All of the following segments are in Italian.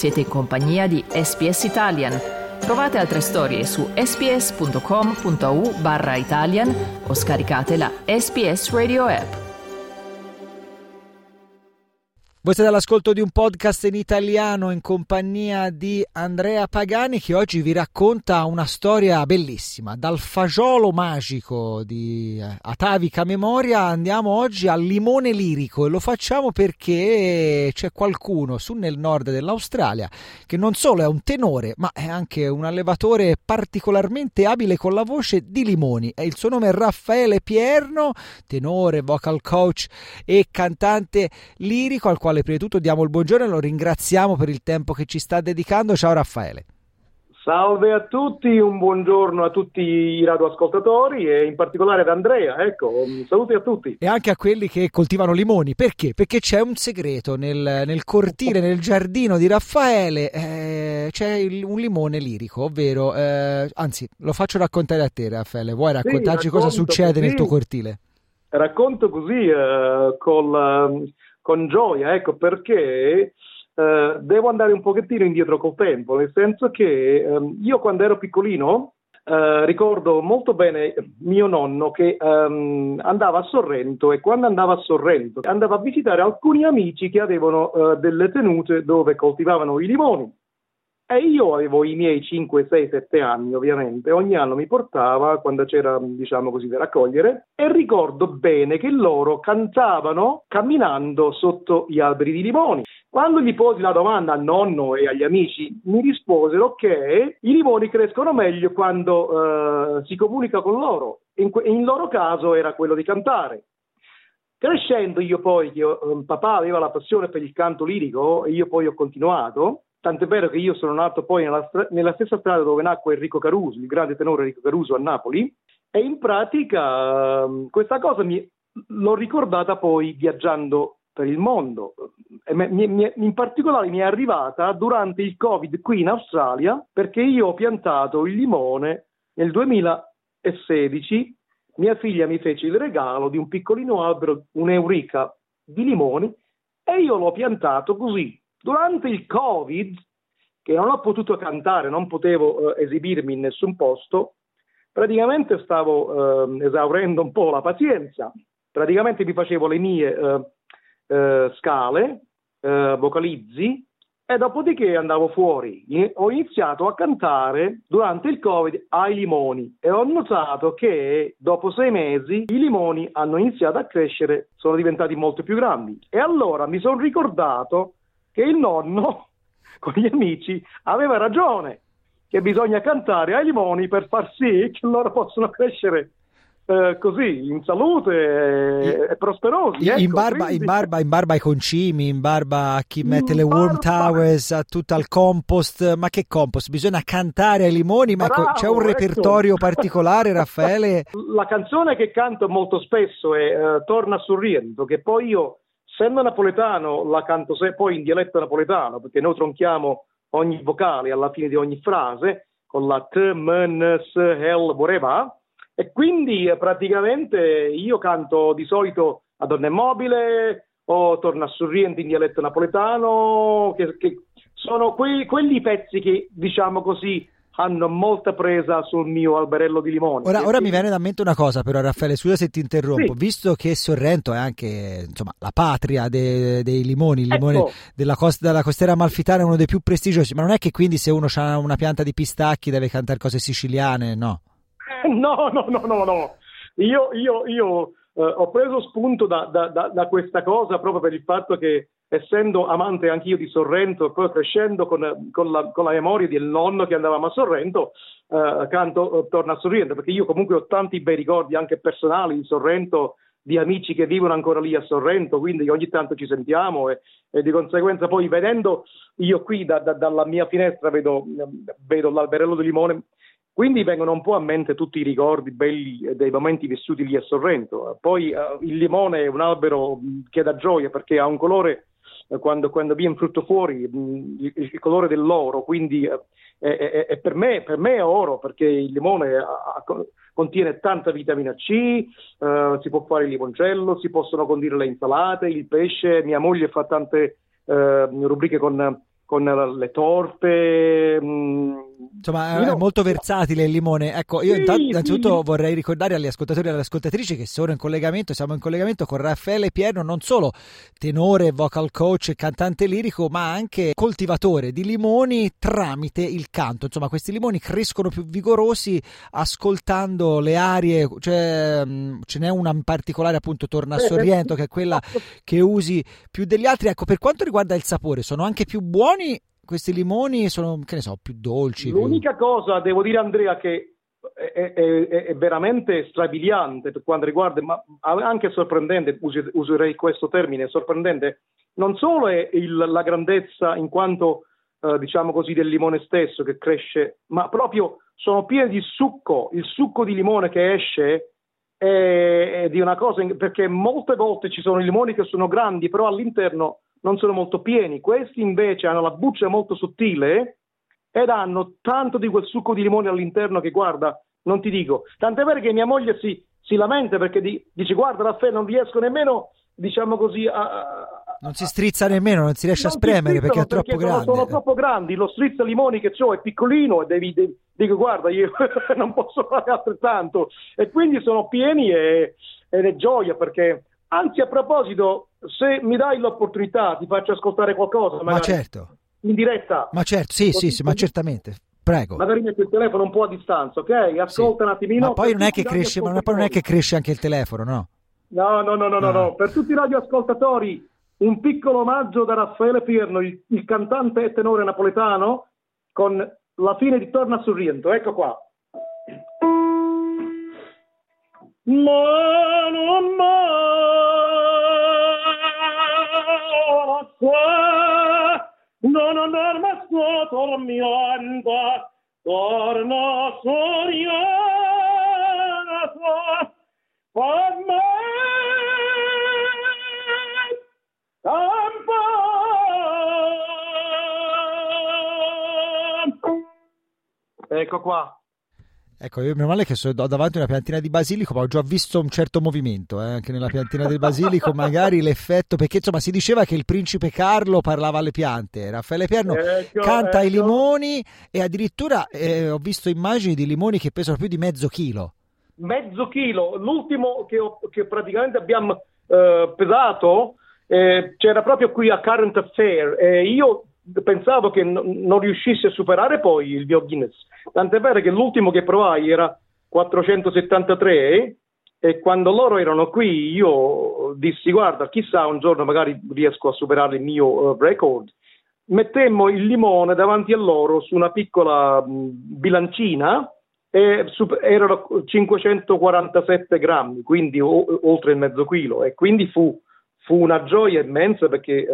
Siete in compagnia di SPS Italian. Trovate altre storie su sps.com.au/Italian o scaricate la SPS Radio app. Voi siete all'ascolto di un podcast in italiano in compagnia di Andrea Pagani, che oggi vi racconta una storia bellissima. Dal fagiolo magico di atavica memoria andiamo oggi al limone lirico, e lo facciamo perché c'è qualcuno su nel nord dell'Australia che non solo è un tenore, ma è anche un allevatore particolarmente abile con la voce di limoni. E il suo nome è Raffaele Pierno, tenore, vocal coach e cantante lirico, al quale prima di tutto diamo il buongiorno e lo ringraziamo per il tempo che ci sta dedicando. Ciao Raffaele. Salve a tutti, un buongiorno a tutti i radioascoltatori e in particolare ad Andrea, saluti a tutti. E anche a quelli che coltivano limoni. Perché? Perché c'è un segreto nel cortile, nel giardino di Raffaele, c'è un limone lirico, ovvero, anzi lo faccio raccontare a te Raffaele, vuoi raccontarci cosa succede nel tuo cortile? Racconto così con gioia, perché devo andare un pochettino indietro col tempo, nel senso che io quando ero piccolino ricordo molto bene mio nonno che andava a Sorrento, e quando andava a Sorrento andava a visitare alcuni amici che avevano delle tenute dove coltivavano i limoni. E io avevo i miei 5, 6, 7 anni, ovviamente. Ogni anno mi portava quando c'era, diciamo così, da raccogliere, e ricordo bene che loro cantavano camminando sotto gli alberi di limoni. Quando gli posi la domanda al nonno e agli amici, mi risposero che i limoni crescono meglio quando si comunica con loro. In loro caso era quello di cantare. Crescendo io poi, papà aveva la passione per il canto lirico, e io poi ho continuato. Tant'è vero che io sono nato poi nella stessa strada dove nacque Enrico Caruso, il grande tenore Enrico Caruso a Napoli, e in pratica questa cosa l'ho ricordata poi viaggiando per il mondo. E in particolare mi è arrivata durante il Covid qui in Australia, perché io ho piantato il limone nel 2016, mia figlia mi fece il regalo di un piccolino albero, un'eurica di limoni, e io l'ho piantato così. Durante il Covid, che non ho potuto cantare, non potevo esibirmi in nessun posto, praticamente stavo esaurendo un po' la pazienza. Praticamente mi facevo le mie scale, vocalizzi, e dopodiché andavo fuori. Ho iniziato a cantare durante il Covid ai limoni, e ho notato che dopo 6 mesi i limoni hanno iniziato a crescere, sono diventati molto più grandi. E allora mi sono ricordato che il nonno con gli amici aveva ragione, che bisogna cantare ai limoni per far sì che loro possano crescere così, in salute e prosperosi. In barba ai concimi, in barba a chi mette le worm towers, a tutto al compost. Ma che compost? Bisogna cantare ai limoni, ma bravo, c'è un repertorio particolare, Raffaele? La canzone che canto molto spesso è Torna a Sorrento, che poi io, essendo napoletano, la canto poi in dialetto napoletano, perché noi tronchiamo ogni vocale alla fine di ogni frase con la t, m, n, s, l, voreva, e quindi praticamente io canto di solito a Donna è mobile o Torna a Sorrento in dialetto napoletano, che sono quelli pezzi che, diciamo così, hanno molta presa sul mio alberello di limoni. Ora mi viene da mente una cosa, però, Raffaele, scusa se ti interrompo. Sì. Visto che Sorrento è anche, insomma, la patria dei limoni, il limone della costiera amalfitana è uno dei più prestigiosi, ma non è che quindi se uno ha una pianta di pistacchi deve cantare cose siciliane, no? No. Io ho preso spunto da questa cosa proprio per il fatto che, essendo amante anch'io di Sorrento, e poi crescendo con la memoria del nonno che andavamo a Sorrento, canto Torna a Sorrento, perché io comunque ho tanti bei ricordi anche personali di Sorrento, di amici che vivono ancora lì a Sorrento, quindi ogni tanto ci sentiamo, e di conseguenza poi, vedendo io qui dalla mia finestra vedo l'alberello di limone, quindi vengono un po' a mente tutti i ricordi belli dei momenti vissuti lì a Sorrento. Poi il limone è un albero che dà gioia, perché ha un colore, quando viene frutto fuori, il colore dell'oro, quindi per me è oro, perché il limone contiene tanta vitamina C, si può fare il limoncello, si possono condire le insalate, il pesce. Mia moglie fa tante rubriche con con le torte. Insomma, è molto versatile il limone. Ecco, io innanzitutto vorrei ricordare agli ascoltatori e alle ascoltatrici che siamo in collegamento con Raffaele Pierno, non solo tenore, vocal coach e cantante lirico, ma anche coltivatore di limoni tramite il canto. Insomma, questi limoni crescono più vigorosi ascoltando le arie, cioè ce n'è una in particolare, appunto, Torna a Sorrento, che è quella che usi più degli altri. Ecco, per quanto riguarda il sapore, sono anche più buoni questi limoni, sono, che ne so, più dolci? L'unica cosa, devo dire, Andrea, che è veramente strabiliante per quanto riguarda, ma anche sorprendente, userei questo termine, sorprendente, non solo è la grandezza in quanto, diciamo così, del limone stesso che cresce, ma proprio sono pieni di succo. Il succo di limone che esce è di una cosa, perché molte volte ci sono i limoni che sono grandi, però all'interno non sono molto pieni. Questi invece hanno la buccia molto sottile ed hanno tanto di quel succo di limone all'interno che, guarda, non ti dico. Tant'è vero che mia moglie si lamenta perché dice: guarda Raffaele, non riesco nemmeno, diciamo così, non si strizza nemmeno, non si riesce a spremere perché è troppo grande. Sono troppo grandi. Lo strizza limoni che ho è piccolino e dico guarda, io non posso fare altrettanto. E quindi sono pieni ed è gioia, perché, anzi, a proposito, se mi dai l'opportunità ti faccio ascoltare qualcosa, ma certo, in diretta. Ma certo, sì, ma certamente, prego. Magari metto il telefono un po' a distanza, ok? Ascolta un attimino. Ma poi non è che cresce, anche il telefono, no? No. Per tutti i radioascoltatori, un piccolo omaggio da Raffaele Pierno, il cantante e tenore napoletano, con la fine di Torna a Sorrento. Ecco qua. Non andar más dormiendo, torna Sorrento, por me campo. Ecco qua. Ecco, io meno male che ho davanti una piantina di basilico, ma ho già visto un certo movimento anche nella piantina del basilico, magari l'effetto, perché insomma si diceva che il principe Carlo parlava alle piante, Raffaele Pierno canta ai limoni, e addirittura ho visto immagini di limoni che pesano più di mezzo chilo. Mezzo chilo, l'ultimo che praticamente abbiamo pesato c'era proprio qui a Current Affair, e io pensavo che non riuscissi a superare poi il mio Guinness, tant'è vero che l'ultimo che provai era 473, e quando loro erano qui io dissi: guarda, chissà, un giorno magari riesco a superare il mio record. Mettemmo il limone davanti a loro su una piccola bilancina e erano 547 grammi, quindi oltre il mezzo chilo, e quindi fu una gioia immensa, perché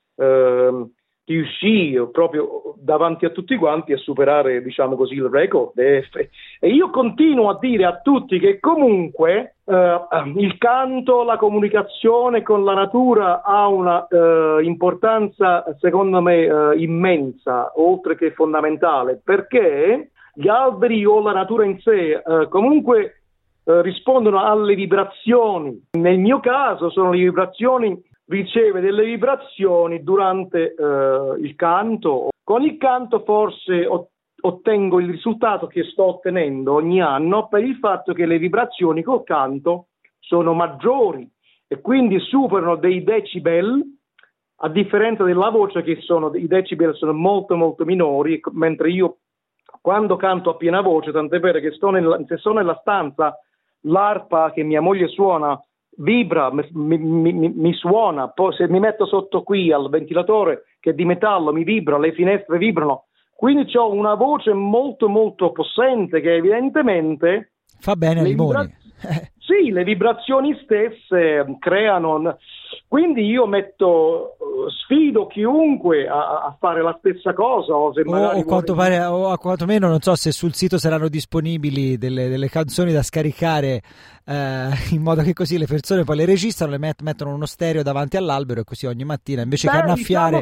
riuscì proprio davanti a tutti quanti a superare, diciamo così, il record. E io continuo a dire a tutti che comunque il canto, la comunicazione con la natura ha una importanza, secondo me, immensa, oltre che fondamentale, perché gli alberi o la natura in sé comunque rispondono alle vibrazioni. Nel mio caso sono le vibrazioni, riceve delle vibrazioni durante il canto. Con il canto forse ottengo il risultato che sto ottenendo ogni anno, per il fatto che le vibrazioni col canto sono maggiori e quindi superano dei decibel, a differenza della voce, che i decibel sono molto molto minori, mentre io quando canto a piena voce, tant'è vero che se sto nella stanza, l'arpa che mia moglie suona vibra, mi suona, poi se mi metto sotto qui al ventilatore che è di metallo mi vibra, le finestre vibrano, quindi ho una voce molto molto possente che evidentemente fa bene ai limoni. Sì, le vibrazioni stesse creano, quindi io sfido chiunque a fare la stessa cosa, o a quanto meno non so se sul sito saranno disponibili delle canzoni da scaricare, in modo che così le persone poi le registrano, le mettono uno stereo davanti all'albero, e così ogni mattina invece che annaffiare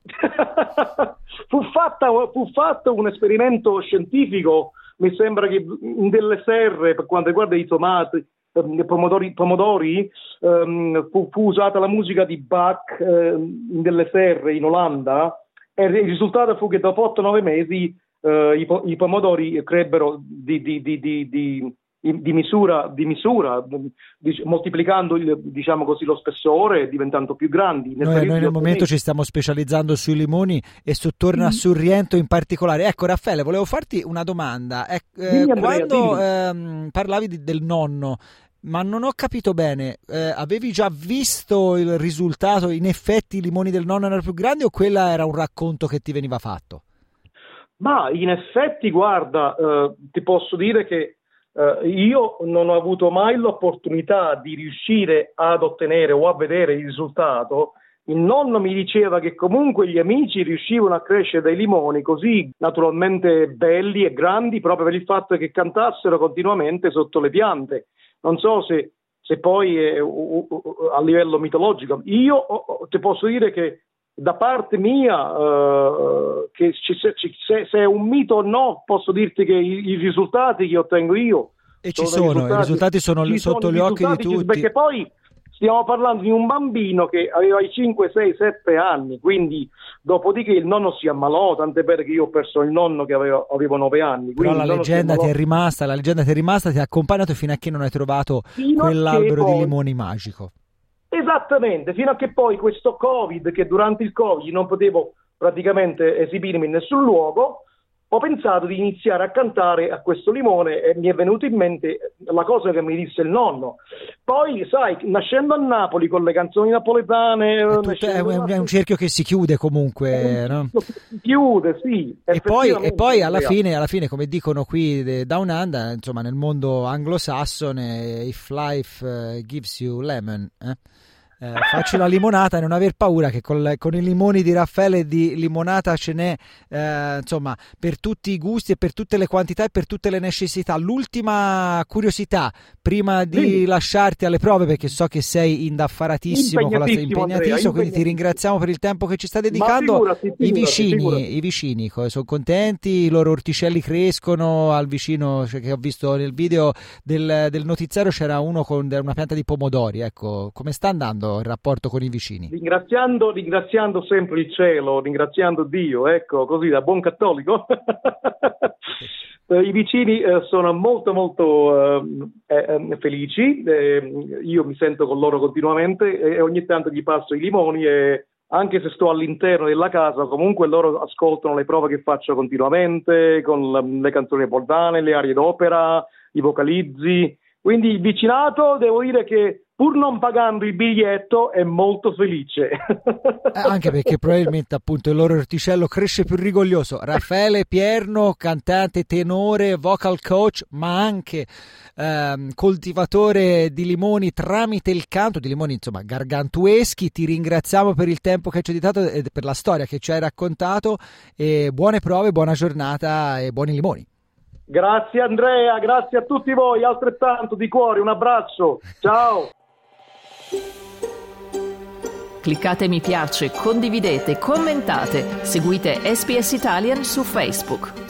fu fatto un esperimento scientifico, mi sembra che in delle serre, per quanto riguarda i tomati, pomodori, fu usata la musica di Bach in delle serre in Olanda, E il risultato fu che dopo 8-9 mesi i pomodori crebbero di misura, moltiplicando diciamo così, lo spessore, diventando più grandi. Noi nel momento ci stiamo specializzando sui limoni e su Torna Sorrento in particolare. Ecco, Raffaele, volevo farti una domanda. Quando parlavi del nonno, ma non ho capito bene, avevi già visto il risultato? In effetti i limoni del nonno erano più grandi o quella era un racconto che ti veniva fatto? Ma in effetti, guarda, ti posso dire che io non ho avuto mai l'opportunità di riuscire ad ottenere o a vedere il risultato. Il nonno mi diceva che comunque gli amici riuscivano a crescere dei limoni così naturalmente belli e grandi proprio per il fatto che cantassero continuamente sotto le piante. Non so se poi a livello mitologico. Io ti posso dire che da parte mia, che se è un mito o no, posso dirti che i risultati che ottengo io i risultati sono sotto gli occhi di tutti. Perché poi stiamo parlando di un bambino che aveva i 5, 6, 7 anni, quindi dopodiché il nonno si ammalò, tant'è vero che io ho perso il nonno che avevo 9 anni. Però la leggenda ti è rimasta, ti ha accompagnato fino a che non hai trovato quell'albero di limoni magico. Esattamente, fino a che poi questo Covid, che durante il Covid non potevo praticamente esibirmi in nessun luogo, ho pensato di iniziare a cantare a questo limone e mi è venuto in mente la cosa che mi disse il nonno. Poi, sai, nascendo a Napoli con le canzoni napoletane... È un cerchio che si chiude comunque, no? Si chiude, sì. E poi alla fine, come dicono qui Down Under, insomma, nel mondo anglosassone, if life gives you lemon... faccio la limonata e non aver paura che con i limoni di Raffaele di limonata ce n'è insomma per tutti i gusti e per tutte le quantità e per tutte le necessità. L'ultima curiosità prima di lasciarti alle prove, perché so che sei impegnatissimo, Andrea, quindi ti ringraziamo per il tempo che ci sta dedicando. I vicini sono contenti, i loro orticelli crescono al vicino, cioè, che ho visto nel video del notiziario c'era uno con una pianta di pomodori. Ecco, come sta andando il rapporto con i vicini? Ringraziando sempre il cielo, ringraziando Dio, ecco, così da buon cattolico. I vicini sono molto molto felici, io mi sento con loro continuamente e ogni tanto gli passo i limoni e anche se sto all'interno della casa comunque loro ascoltano le prove che faccio continuamente con le canzoni napoletane, le arie d'opera, i vocalizzi. Quindi il vicinato, devo dire che pur non pagando il biglietto è molto felice. Anche perché probabilmente appunto il loro orticello cresce più rigoglioso. Raffaele Pierno, cantante, tenore, vocal coach, ma anche coltivatore di limoni tramite il canto, di limoni insomma gargantueschi. Ti ringraziamo per il tempo che ci hai dedicato e per la storia che ci hai raccontato, e buone prove, buona giornata e buoni limoni. Grazie Andrea, grazie a tutti voi, altrettanto di cuore, un abbraccio, ciao. Cliccate mi piace, condividete, commentate, seguite SPS Italian su Facebook.